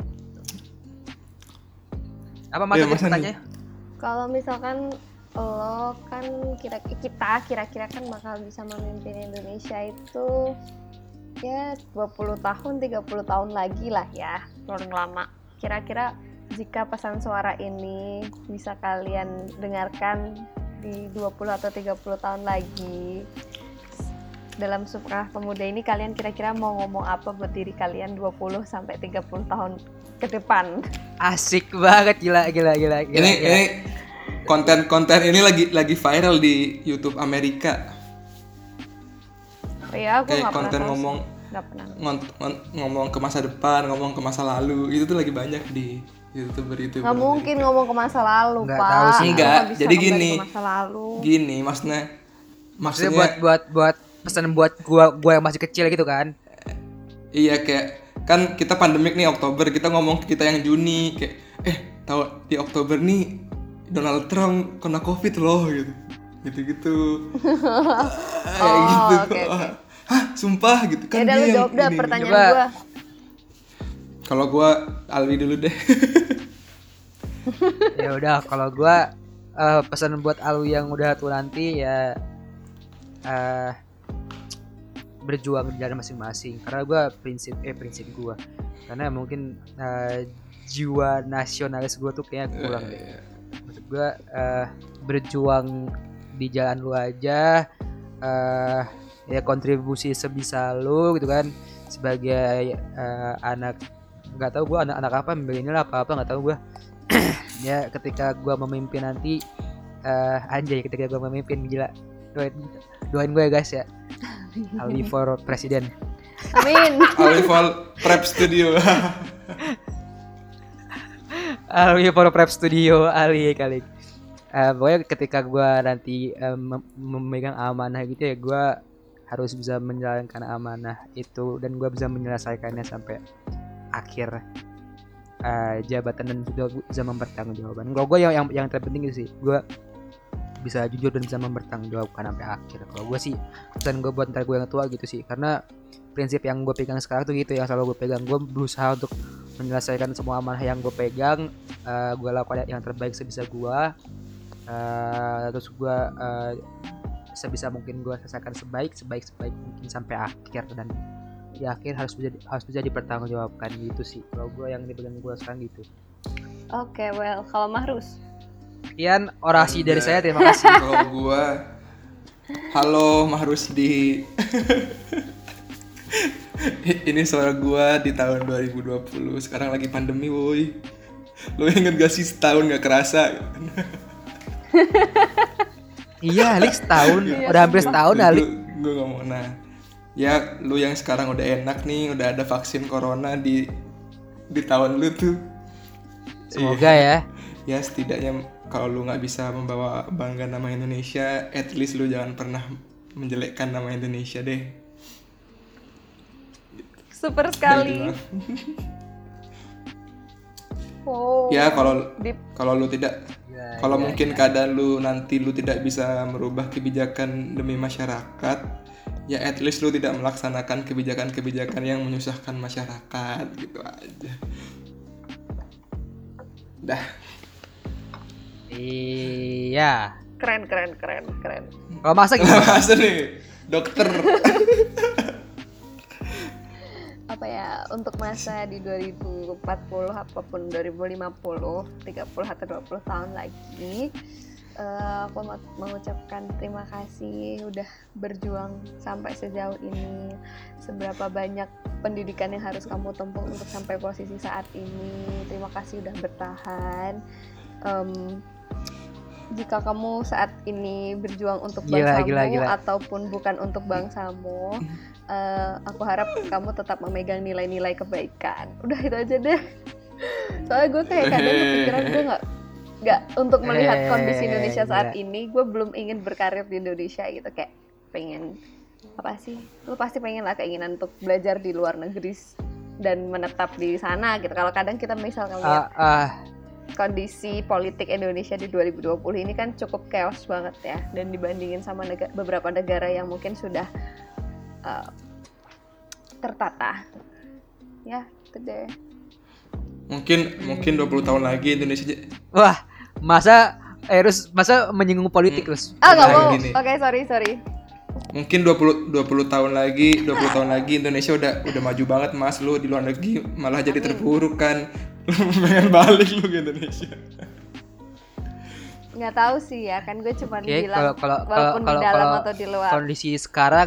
Apa maksudnya ya, pertanyaannya? Kalau misalkan lo kan kira kita kira-kira kan bakal bisa memimpin Indonesia itu ya dua puluh tahun, tiga puluh tahun lagi lah ya, paling lama. Kira-kira jika pesan suara ini bisa kalian dengarkan di dua puluh atau tiga puluh tahun lagi, dalam Sumpah Pemuda ini kalian kira-kira mau ngomong apa buat diri kalian dua puluh sampai tiga puluh tahun ke depan? Asik banget, gila gila gila. gila ini gila. ini konten-konten ini lagi lagi viral di YouTube Amerika. Oh iya, aku kayak nggak konten pernah ngomong pernah. Ngom- ngom- ngomong ke masa depan, ngomong ke masa lalu, itu tuh lagi banyak di YouTuber YouTuber. Nggak mungkin ngomong ke masa lalu, nggak Pak. Tahu sih. Enggak, jadi gini. Ke masa lalu. Gini, maksudnya Maksudnya buat buat buat pesan buat gua gua yang masih kecil gitu kan. Iya, kayak kan kita pandemik nih Oktober, kita ngomong ke kita yang Juni kayak eh tahu di Oktober nih Donald Trump kena Covid loh gitu. Gitu-gitu. Oh, kayak gitu. Okay, okay. Hah, sumpah gitu kan. Ya udah, lu jawab dah pertanyaan Coba. gua. Kalau gua Alwi dulu deh. Ya udah, kalau gua uh, pesan buat Alwi yang udah tua nanti ya uh, berjuang di jalan masing-masing. Karena gua prinsip eh prinsip gua. Karena mungkin uh, jiwa nasionalis gua tuh kayaknya kurang deh. Maksud gua uh, berjuang di jalan lu aja, uh, ya kontribusi sebisa lu gitu kan sebagai uh, anak, nggak tahu gue anak-anak apa milenial apa apa nggak tahu gue. Ya ketika gue memimpin nanti uh, anjay ketika gue memimpin gila doain doain gue ya guys ya. Alwi for presiden. Amin. Alwi for prep studio. Alwi for prep studio Ali kali. Uh, pokoknya ketika gue nanti uh, mem- memegang amanah gitu ya, gue harus bisa menjalankan amanah itu dan gue bisa menyelesaikannya sampai akhir uh, jabatan dan juga bisa mempertanggungjawabkan. Kalau gue yang, yang yang terpenting itu sih gue bisa jujur dan bisa mempertanggungjawabkan sampai akhir. Kalau gue sih pesan gue buat ntar gue yang tua gitu sih, karena prinsip yang gue pegang sekarang tuh gitu yang selalu gue pegang. Gue berusaha untuk menyelesaikan semua amanah yang gue pegang, uh, gue lakukan yang terbaik sebisa gue. Uh, terus gue uh, sebisa mungkin gue selesaikan sebaik sebaik sebaik mungkin sampai akhir, dan di akhir harus bisa harus bisa dipertanggungjawabkan gitu sih. Kalau gue yang dipegang gue sekarang gitu. Oke, okay, well kalau Mahrus. Sekian orasi dari saya, terima kasih. Kalau gue, halo Mahrus di Ini suara gua di tahun dua ribu dua puluh. Sekarang lagi pandemi, woi. Lo inget gak sih setahun gak kerasa? Iya, Alex setahun, udah hampir setahun Alex. Gue gak mau. Nah, ya lu yang sekarang udah enak nih, udah ada vaksin corona di di tahun lu tuh. Semoga ya. Ya setidaknya kalau lu nggak bisa membawa bangga nama Indonesia, at least lu jangan pernah menjelekkan nama Indonesia deh. Super sekali. Wow. Ya kalau Deep. kalau lu tidak, Ya, kalau ya, mungkin ya. keadaan lu nanti lu tidak bisa merubah kebijakan demi masyarakat, ya at least lu tidak melaksanakan kebijakan-kebijakan yang menyusahkan masyarakat, gitu aja. Dah. Iya. Keren keren keren keren. Kalau masa gimana? Masa nih, dokter. Apa ya, untuk masa di dua ribu empat puluh apapun dua ribu lima puluh, tiga puluh atau dua puluh tahun lagi, uh, aku mau mengucapkan terima kasih udah berjuang sampai sejauh ini. Seberapa banyak pendidikan yang harus kamu tempuh untuk sampai posisi saat ini. Terima kasih udah bertahan. Um, jika kamu saat ini berjuang untuk Gila, bangsamu gila, gila. ataupun bukan untuk bangsamu, uh, aku harap kamu tetap memegang nilai-nilai kebaikan. Udah itu aja deh. Soalnya gue kayak kadang kepikiran gue nggak nggak untuk melihat kondisi Indonesia saat ini, gue belum ingin berkarir di Indonesia gitu, kayak pengen apa sih? Lu pasti pengen lah keinginan untuk belajar di luar negeri dan menetap di sana gitu. Kalau kadang kita misalkan lihat Ah, ah. kondisi politik Indonesia di dua ribu dua puluh ini kan cukup chaos banget ya, dan dibandingin sama nega- beberapa negara yang mungkin sudah uh, tertata ya, itu deh. Mungkin mungkin dua puluh tahun lagi Indonesia j- Wah, masa eh, terus masa menyinggung politik terus? Ah nggak Nah, mau, gini. oke sorry sorry. mungkin dua puluh dua puluh tahun lagi, dua puluh tahun lagi Indonesia udah udah maju banget, Mas. Lu di luar negeri malah jadi terpuruk kan. Lu pengen balik lu ke Indonesia. Nggak tahu sih ya, kan gue cuma Oke, bilang kalau kalau kalau walaupun kalau di dalam kalau atau di luar. kondisi sekarang,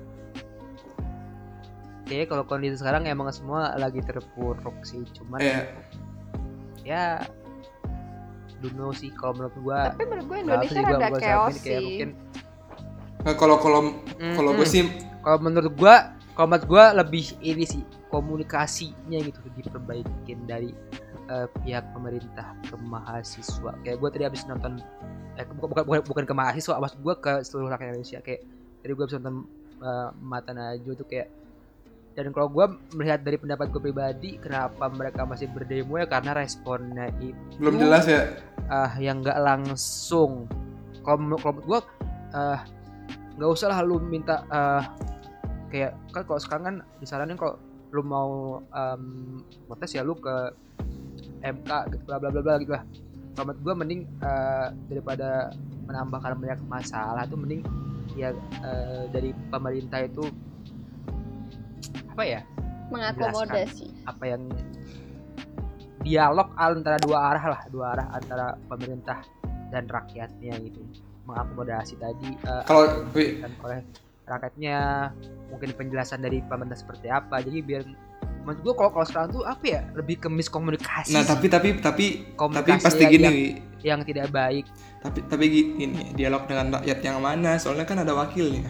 oke kalau kondisi sekarang emang semua lagi terpuruk sih, cuman Eh, ya duno sih kalau menurut gua. Tapi menurut gue Kenapa Indonesia sih gua- rada gua chaos saat ini kayak sih. mungkin nah, kalau kalau kalau gue Mm-mm. sih kalau menurut gua kalau menurut gua lebih ini sih komunikasinya gitu diperbaikin dari eh, pihak pemerintah ke mahasiswa. Kayak gua tadi habis nonton eh, bukan, bukan bukan bukan ke mahasiswa, maksud gua ke seluruh rakyat Indonesia. Kayak tadi gua habis nonton eh, Mata Najwa tuh kayak, dan kalau gua melihat dari pendapat gua pribadi kenapa mereka masih berdemo ya karena responnya itu belum jelas ya. ah yang nggak langsung. Kalau menurut kalau menurut gue eh, nggak usah lah lu minta eh, kayak kan kalau sekarang kan disaranin kalau lu mau um, protes ya lu ke M K gitu bla bla bla bla gitu lah. Kalau menurut gue mending eh, daripada menambahkan banyak masalah tuh mending ya eh, dari pemerintah itu apa ya Mengakomodasi. apa yang dialog antara dua arah lah, dua arah antara pemerintah dan rakyatnya gitu, mengakomodasi tadi eh, Kalau- apa yang diinginkan oleh rakyatnya, mungkin penjelasan dari pemerintah seperti apa, jadi biar menurut gue kalau kalau sekarang tuh apa ya lebih ke miskomunikasi Nah, sih, tapi tapi tapi tapi Komunikasi pasti yang- gini, yang- Wi. yang tidak baik. Tapi tapi gini, dialog dengan rakyat yang mana? Soalnya kan ada wakilnya.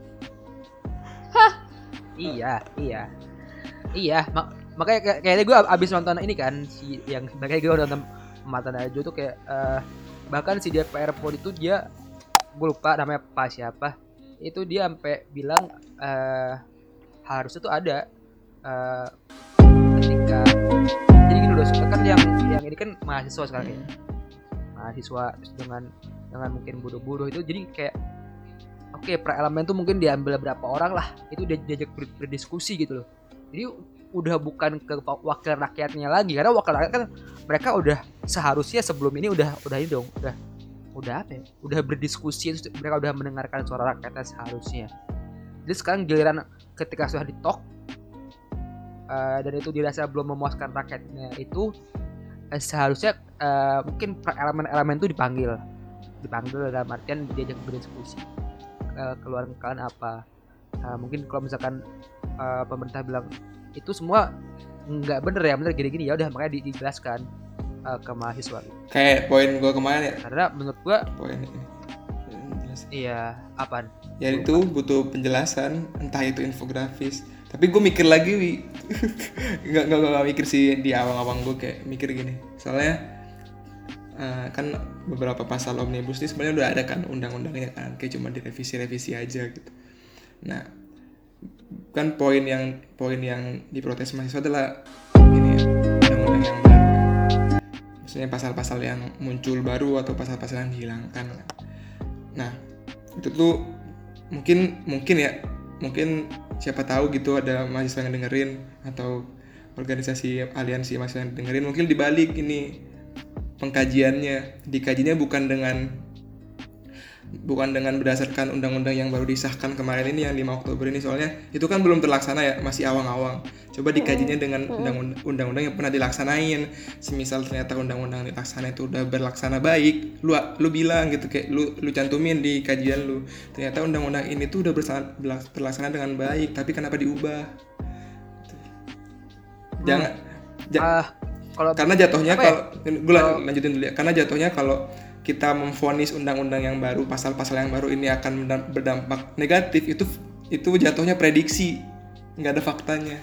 Iya, iya, iya. Mak- makanya kayak- kayaknya gue abis nonton ini kan si yang makanya gue nonton Mata Najwa tuh kayak eh, bahkan si D P R P O D itu dia, gue lupa namanya Pak siapa, itu dia sampai bilang eh, harusnya tuh ada eh, ketika jadi gini loh, kan yang yang ini kan mahasiswa sekarang ya, mahasiswa terus dengan dengan mungkin buruh-buruh itu jadi kayak oke, per elemen tuh mungkin diambil berapa orang lah, itu dia diajak ber- berdiskusi gitu loh. Jadi udah bukan ke wakil rakyatnya lagi, karena wakil rakyat kan mereka udah seharusnya sebelum ini udah udah ini dong, udah udah apa ya? Udah berdiskusi, terus mereka udah mendengarkan suara rakyatnya seharusnya. Jadi sekarang giliran ketika sudah ditok uh, dan itu dirasa belum memuaskan rakyatnya itu eh, seharusnya uh, mungkin per elemen-elemen itu dipanggil, dipanggil dalam artian diajak berdiskusi. Uh, keluaran kalian apa, uh, mungkin kalau misalkan uh, pemerintah bilang itu semua nggak bener ya, bener gini-gini, ya udah makanya di- dijelaskan uh, ke mahasiswa. Kayak poin gue kemarin ya. Karena menurut gue Poin ini. iya apaan? Ya itu butuh penjelasan, entah itu infografis. Tapi gue mikir lagi, Wi. nggak nggak nggak mikir sih di awang-awang gue kayak mikir gini. Soalnya uh, kan beberapa pasal omnibus ini sebenarnya udah ada kan undang-undangnya kan, kayak cuma direvisi-revisi aja gitu. Nah, kan poin yang poin yang diprotes mahasiswa adalah ini ya, undang-undang yang baru. Maksudnya pasal-pasal yang muncul baru atau pasal-pasal yang dihilangkan. Nah, itu tuh mungkin mungkin ya mungkin siapa tahu gitu ada mahasiswa yang dengerin atau organisasi aliansi mahasiswa yang dengerin, mungkin dibalik ini pengkajiannya, dikajinya bukan dengan bukan dengan berdasarkan undang-undang yang baru disahkan kemarin ini yang lima Oktober ini, soalnya itu kan belum terlaksana ya, masih awang-awang. Coba dikajinya dengan undang-undang yang pernah dilaksanain. Semisal ternyata undang-undang yang dilaksana itu udah berlaksana baik, lu lu bilang gitu, kayak lu lu cantumin di kajian lu, ternyata undang-undang ini tuh udah bersana, terlaksana dengan baik, tapi kenapa diubah? Jangan hmm. ja, uh, kalau karena jatuhnya kalau ya? gue lanjutin dulu ya, karena jatuhnya kalau kita memvonis undang-undang yang baru, pasal-pasal yang baru ini akan berdampak negatif, itu itu jatuhnya prediksi, nggak ada faktanya.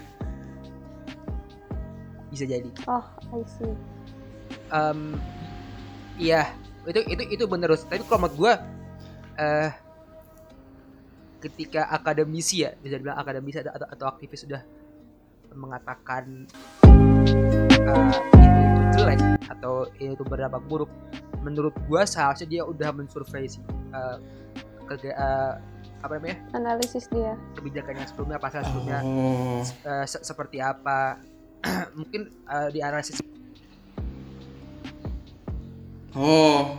Bisa jadi. Oh, I see. Um, iya, itu itu itu bener. Tapi kalau menurut gue, uh, ketika akademisi ya, bisa dibilang akademisi atau, atau aktivis sudah mengatakan uh, ini itu jelek atau ini itu berdampak buruk, menurut gua seharusnya dia udah mensurvei sih uh, ke uh, apa namanya, analisis dia kebijakannya sebelumnya, pasal sebelumnya Oh. uh, se- seperti apa. Mungkin uh, di analisis Oh.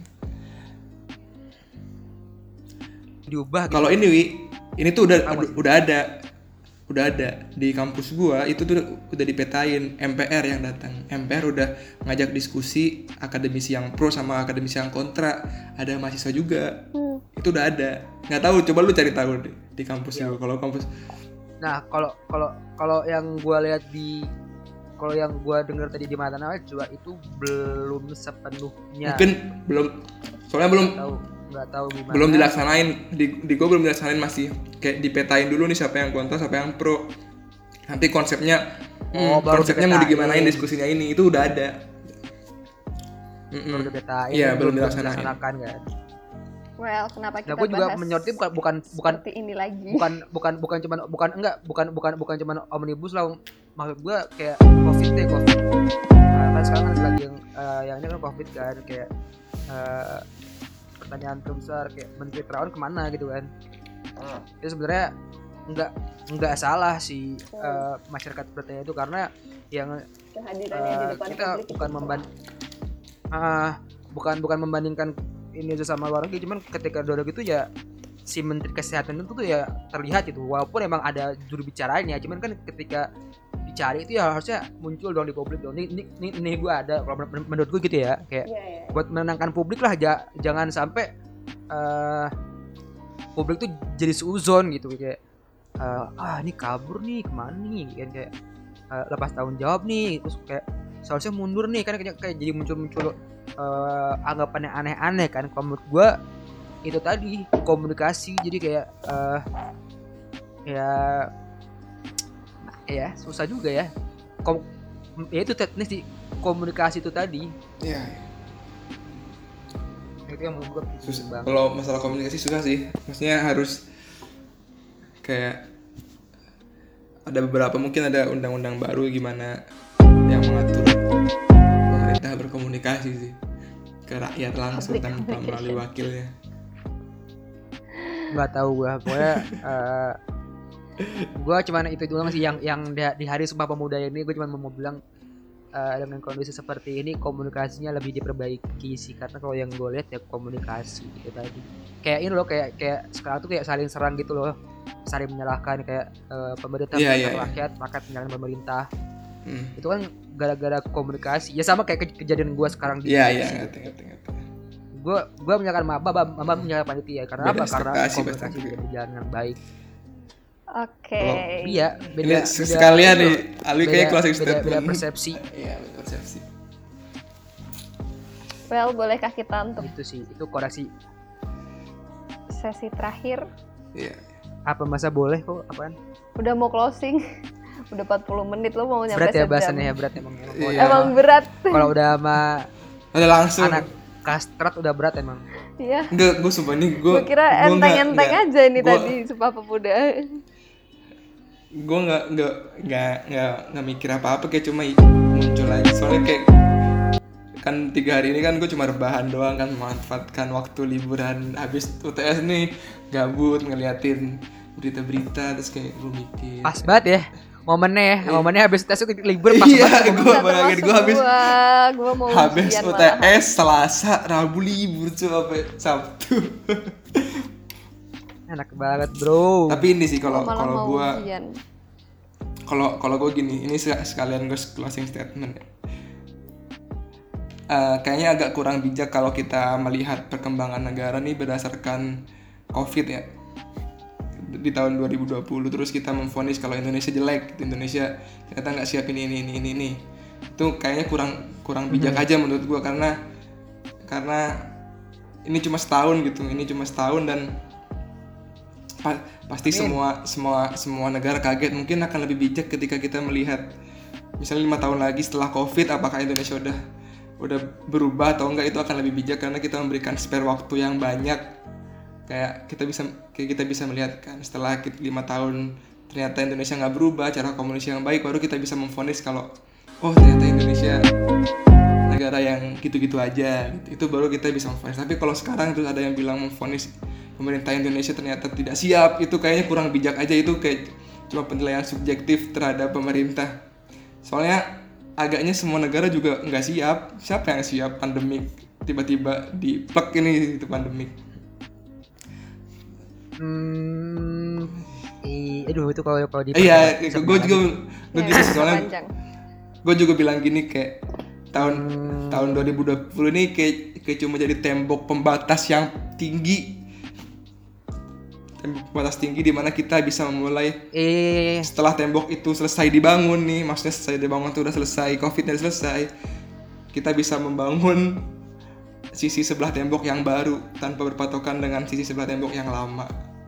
diubah gitu. Kalau ini Wi, ini tuh udah Apa? udah ada. Udah ada di kampus gua, itu tuh udah dipetain, M P R yang datang. M P R udah ngajak diskusi akademisi yang pro sama akademisi yang kontra. Ada mahasiswa juga. hmm. Itu udah ada. Nggak tahu, coba lu cari tahu di, di kampus Ya. gua. Kalau kampus Nah, kalau kalau kalau yang gua lihat di kalau yang gua dengar tadi di Mata Najwa itu belum sepenuhnya. mungkin belum, soalnya belum tahu nggak tahu gimana. belum dilaksanain di di gua belum dilaksanain, masih kayak dipetain dulu nih siapa yang kontra siapa yang pro, nanti konsepnya Oh, hmm, baru konsepnya mau dipetain. digimanain diskusinya, ini itu udah ada. Baru Mm-mm. dipetain, Iya, belum belum dilaksanain. dilaksanakan kan. Well, kenapa Nah, kita gue juga bahas menyoroti bukan bukan bukan seperti ini lagi? bukan bukan bukan cuman bukan enggak bukan bukan bukan cuman omnibus lah, maksud gue kayak covid deh covid. Nah, kan sekarang kan lagi yang uh, yang ini kan covid kan, kayak uh, pertanyaan terbesar kayak Menteri Terawan kemana gitu kan. Itu sebenarnya enggak enggak salah sih uh, masyarakat bertanya itu, karena yang Kehadirannya di uh, depan kita publik bukan itu memban uh, bukan bukan membandingkan ini sama luar negeri, cuman ketika udah gitu ya si Menteri Kesehatan itu tuh ya terlihat gitu, walaupun emang ada juru bicaranya, cuman kan ketika dicari itu ya harusnya muncul dong di publik dong. Ini ini, ini, ini gue ada kalau men- menurut gue gitu ya, kayak Iya, iya. buat menenangkan publik lah, ja- jangan sampai uh, publik tuh jadi seuzon gitu, kayak uh, ah ini kabur nih kemana nih kan, kayak uh, lepas tanggung jawab nih, terus kayak seharusnya mundur nih kan, kayak, kayak jadi muncul-muncul uh, anggapan yang aneh-aneh kan. Kalau menurut gue itu tadi komunikasi, jadi kayak uh, ya ya susah juga ya. Kom- ya itu teknis di komunikasi itu tadi. Iya. Itu yang menurut gue Susah. bang. Kalau masalah komunikasi susah sih. Maksudnya harus kayak ada beberapa, mungkin ada undang-undang baru gimana yang mengatur pemerintah berkomunikasi sih ke rakyat langsung Public tanpa melalui communication. wakilnya. Nggak tahu gue, pokoknya uh, gue cuman itu doang sih yang yang di, di hari Sumpah Pemuda ini gue cuma mau bilang uh, dengan kondisi seperti ini komunikasinya lebih diperbaiki sih, karena kalau yang gue lihat ya komunikasi itu tadi kayak ini loh, kayak kayak sekarang tuh kayak saling serang gitu loh, saling menyalahkan, kayak uh, pemerintah Iya, menyalahkan iya, rakyat, rakyat menyalahkan pemerintah. Hmm. Itu kan gara-gara komunikasi ya, sama kayak ke- kejadian gue sekarang di Iya iya ngerti ngerti ngerti. gue gue menyalahkan maba, maba menyalahkan panitia karena apa? Karena Berekspektasi komunikasi pasti. tidak berjalan dengan baik. Oke. Iya, Ini beda, se- beda sekalian itu, nih, Alwi kayak beda, closing beda, statement. beda persepsi. Iya, beda persepsi. Well, bolehkah kita untuk Itu sih, itu koreksi. sesi terakhir? Iya. Apa masa boleh kok apaan? Udah mau closing. Udah empat puluh menit lo mau nyampe Berat ya sejam. bahasannya ya, berat emang. emang. Iya. Emang berat. Kalau udah sama Ada langsung. anak kastrat udah berat emang. Iya. Enggak, gue sumpah nih gue. Gue kira enteng-enteng aja ini gua, tadi Sumpah Pemuda. Gue nggak nggak nggak nggak nggak mikir apa-apa, kayak cuma i- muncul aja. Soalnya kayak kan tiga hari ini kan gue cuma rebahan doang kan, memanfaatkan waktu liburan habis U T S nih, gabut ngeliatin berita-berita, terus kayak gue mikir. Pas banget ya momennya ya, momennya habis tes itu libur pas Iya, banget. gue bayangin gue habis gua, gua mau habis ujian U T malahan. S Selasa, Rabu libur cuy sampai Sabtu. Enak banget bro. Tapi ini sih kalau Gua malah kalau mau gue ujian. kalau kalau gue gini, ini sek- sekalian gue closing statement ya. Eh, kayaknya agak kurang bijak kalau kita melihat perkembangan negara nih berdasarkan COVID ya, di tahun dua ribu dua puluh, terus kita memvonis kalau Indonesia jelek, gitu. Indonesia ternyata nggak siap ini ini ini ini ini. Itu kayaknya kurang kurang bijak aja menurut gue, karena karena ini cuma setahun gitu, ini cuma setahun dan pa- pasti semua semua semua negara kaget. Mungkin akan lebih bijak ketika kita melihat misalnya lima tahun lagi setelah COVID, apakah Indonesia udah udah berubah atau enggak. Itu akan lebih bijak karena kita memberikan spare waktu yang banyak. Kayak kita bisa kayak kita bisa melihat kan, setelah kita lima tahun ternyata Indonesia nggak berubah, cara komunikasi yang baik, baru kita bisa memvonis kalau oh ternyata Indonesia negara yang gitu-gitu aja gitu. Itu baru kita bisa memvonis. Tapi kalau sekarang terus ada yang bilang memvonis pemerintah Indonesia ternyata tidak siap, itu kayaknya kurang bijak aja. Itu kayak cuma penilaian subjektif terhadap pemerintah. Soalnya agaknya semua negara juga nggak siap. Siapa yang siap pandemik tiba-tiba di plek ini itu pandemik? Hmm, eh, aduh itu kalau kalau di Iya, bisa gue juga gue Ya, gitu sih, bisa soalnya panjang. gue juga bilang gini kayak tahun Hmm. tahun dua ribu dua puluh ini kayak kayak cuma jadi tembok pembatas yang tinggi, tembok pembatas tinggi di mana kita bisa memulai eh setelah tembok itu selesai dibangun nih, maksudnya selesai dibangun itu udah selesai, COVID-nya udah selesai, kita bisa membangun sisi sebelah tembok yang baru tanpa berpatokan dengan sisi sebelah tembok yang lama.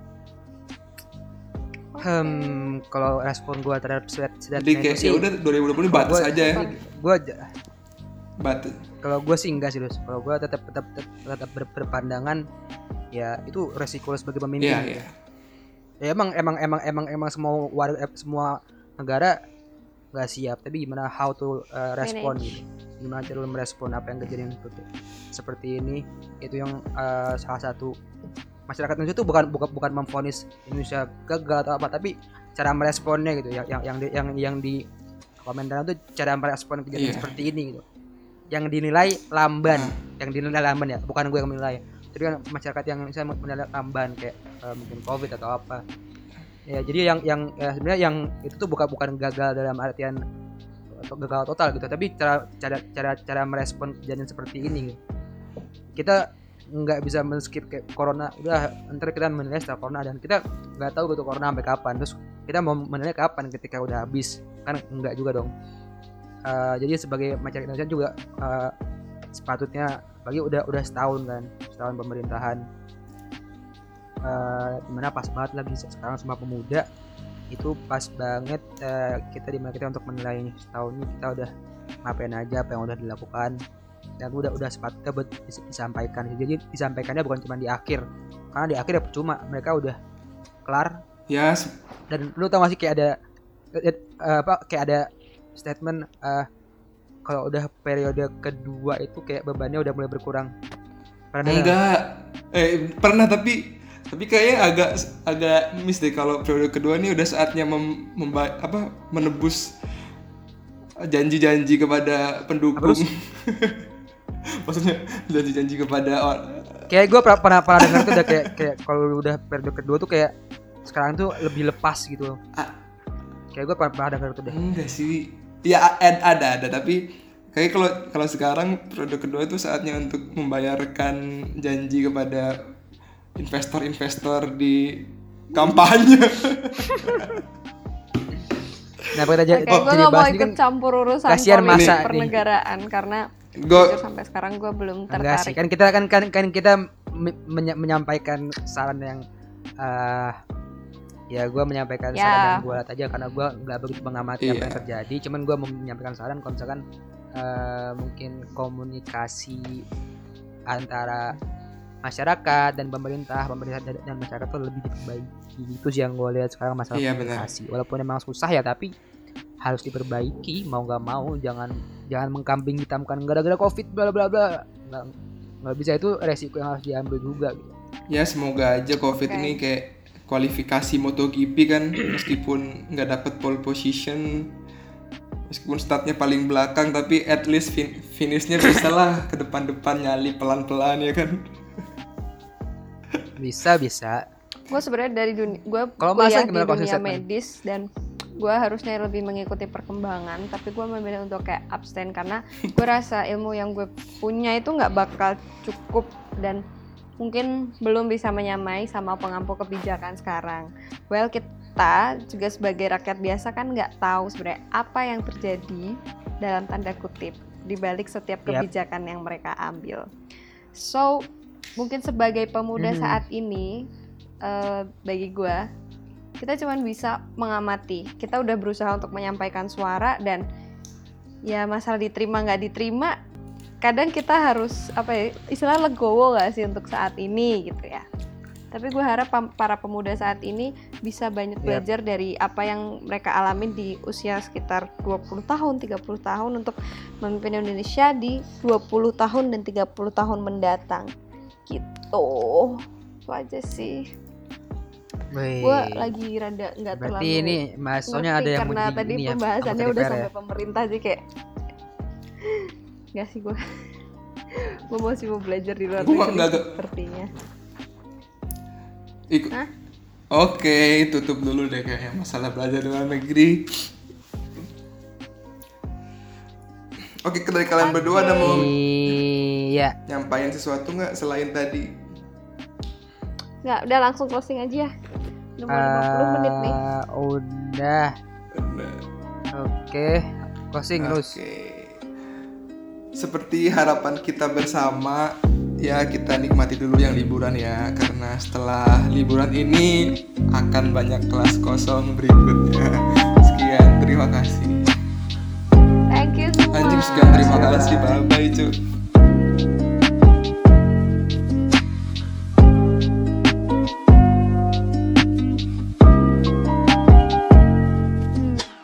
hmm kalau respon gua terhadap surat surat Jadi kayak ya udah dua ribu dua puluh ini batas aja ya, Gua batas. kalau gua sih enggak sih Lus. Kalau gua tetap tetap tetap, tetap ber- berpandangan ya itu resiko lu sebagai pemimpin. Iya iya. Ya emang emang emang emang emang semua warga eh, semua negara nggak siap, tapi gimana how to uh, respon gitu. Gimana cara lu merespon apa yang kejadian seperti seperti ini. Itu yang uh, salah satu masyarakat Indonesia itu bukan bukan bukan memvonis Indonesia gagal atau apa, tapi cara meresponnya gitu, yang yang yang di, yang, yang di komentar itu cara merespon kejadian Iya. seperti ini gitu, yang dinilai lamban, yang dinilai lamban ya, bukan gue yang menilai. Jadi kan masyarakat yang saya menilai lamban kayak uh, mungkin COVID atau apa ya. Jadi yang yang ya sebenarnya yang itu tuh bukan bukan gagal dalam artian atau gagal total gitu, tapi cara cara cara cara merespon kejadian seperti ini gitu. Kita nggak bisa men-skip kayak corona, udah ntar kita menilai setelah corona, dan kita nggak tahu gitu corona sampai kapan, terus kita mau menilai kapan ketika udah habis, kan enggak juga dong. Uh, jadi sebagai masyarakat Indonesia juga uh, sepatutnya bagi udah udah setahun kan, setahun pemerintahan, uh, dimana pas banget lagi sekarang Sumpah Pemuda itu pas banget uh, kita dimana kita untuk menilai setahun ini kita udah ngapain aja, apa yang udah dilakukan, dan udah udah sepatutnya buat dis- disampaikan. Jadi disampaikannya bukan cuma di akhir, karena di akhir ya percuma, mereka udah kelar. Ya, se- Dan lu tau gak sih kayak ada eh, eh, apa kayak ada statement eh kalau udah periode kedua itu kayak bebannya udah mulai berkurang. Pernah dengar? enggak. Eh pernah, tapi tapi kayaknya agak agak miss deh kalau periode kedua ini udah saatnya mem, memba- apa menebus janji-janji kepada pendukung. Apa, Maksudnya janji-janji kepada or- Kayak gue pernah pernah, pernah dengar tuh udah kayak kayak kalau lu udah periode kedua tuh kayak sekarang tuh lebih lepas gitu. Ah. Kayak gue pernah, pernah dengar tuh deh. enggak sih. Ya ad- ada ada tapi kayak kalau kalau sekarang periode kedua itu saatnya untuk membayarkan janji kepada investor-investor di kampanye. Nah, kita jadi, Oke, gue jadi gak mau bahas ini ikut kan campur urusan kasihan politik masa nih. pernegaraan karena Gue jujur sampai sekarang gue belum enggak sih. tertarik. Kan kita kan kan, kan kita me- menye- menyampaikan saran yang eh ya gue menyampaikan Ya. saran yang gue lihat aja karena gue nggak begitu mengamati apa Iya. yang terjadi. Cuman gue mau menyampaikan saran kalau misalkan eh, mungkin komunikasi antara masyarakat dan pemerintah, pemerintah dan dan masyarakat tuh lebih diperbaiki. Itu sih yang gue lihat sekarang masalah Iya, benar. komunikasi. Walaupun emang susah ya, tapi harus diperbaiki mau nggak mau. Jangan jangan mengkambing hitamkan gara-gara covid bla bla bla. Nggak nggak bisa, itu resiko yang harus diambil juga gitu. ya semoga aja covid Oke. ini kayak kualifikasi MotoGP kan, meskipun nggak dapet pole position, meskipun startnya paling belakang, tapi at least fin- finishnya bisa lah ke depan-depan nyali pelan-pelan ya kan. Bisa bisa. Gue sebenarnya dari dunia gue Kalau Mas, kuliah di gimana closing dunia statement? medis dan gue harusnya lebih mengikuti perkembangan, tapi gue memilih untuk kayak abstain karena gue rasa ilmu yang gue punya itu nggak bakal cukup dan mungkin belum bisa menyamai sama pengampu kebijakan sekarang. Well, kita juga sebagai rakyat biasa kan nggak tahu sebenarnya apa yang terjadi dalam tanda kutip di balik setiap Yap. kebijakan yang mereka ambil. So, mungkin sebagai pemuda Hmm. saat ini, eh, bagi gue, kita cuma bisa mengamati. Kita udah berusaha untuk menyampaikan suara dan ya masalah diterima nggak diterima, kadang kita harus apa ya, istilah legowo nggak sih untuk saat ini gitu ya. Tapi gue harap pam- para pemuda saat ini bisa banyak Yap. belajar dari apa yang mereka alamin di usia sekitar dua puluh tahun, tiga puluh tahun untuk memimpin Indonesia di dua puluh tahun dan tiga puluh tahun mendatang. Gitu. Itu aja sih. Wih. Gue lagi rada nggak terlalu Berarti ini Mas, soalnya ada ngerti yang mau karena di tadi ini ya, pembahasannya anggota udah D P R ya. sampai pemerintah sih kayak nggak sih gue gue masih mau belajar di luar Gua negeri nggak ada- sepertinya. Ikut. Hah? Oke, tutup dulu deh kayaknya masalah belajar di luar negeri. Oke, dari kalian berdua ada mau Iya. nyampain sesuatu nggak selain tadi? Nggak, udah langsung closing aja ya. Udah mau lima puluh menit nih. Eh, udah. Bener. Oke. Closing terus. Oke. Seperti harapan kita bersama, ya kita nikmati dulu yang liburan ya, karena setelah liburan ini akan banyak kelas kosong berikutnya. Sekian, terima kasih. Thank you semua. Anjing sekian, terima kasih. Bye bye, cu.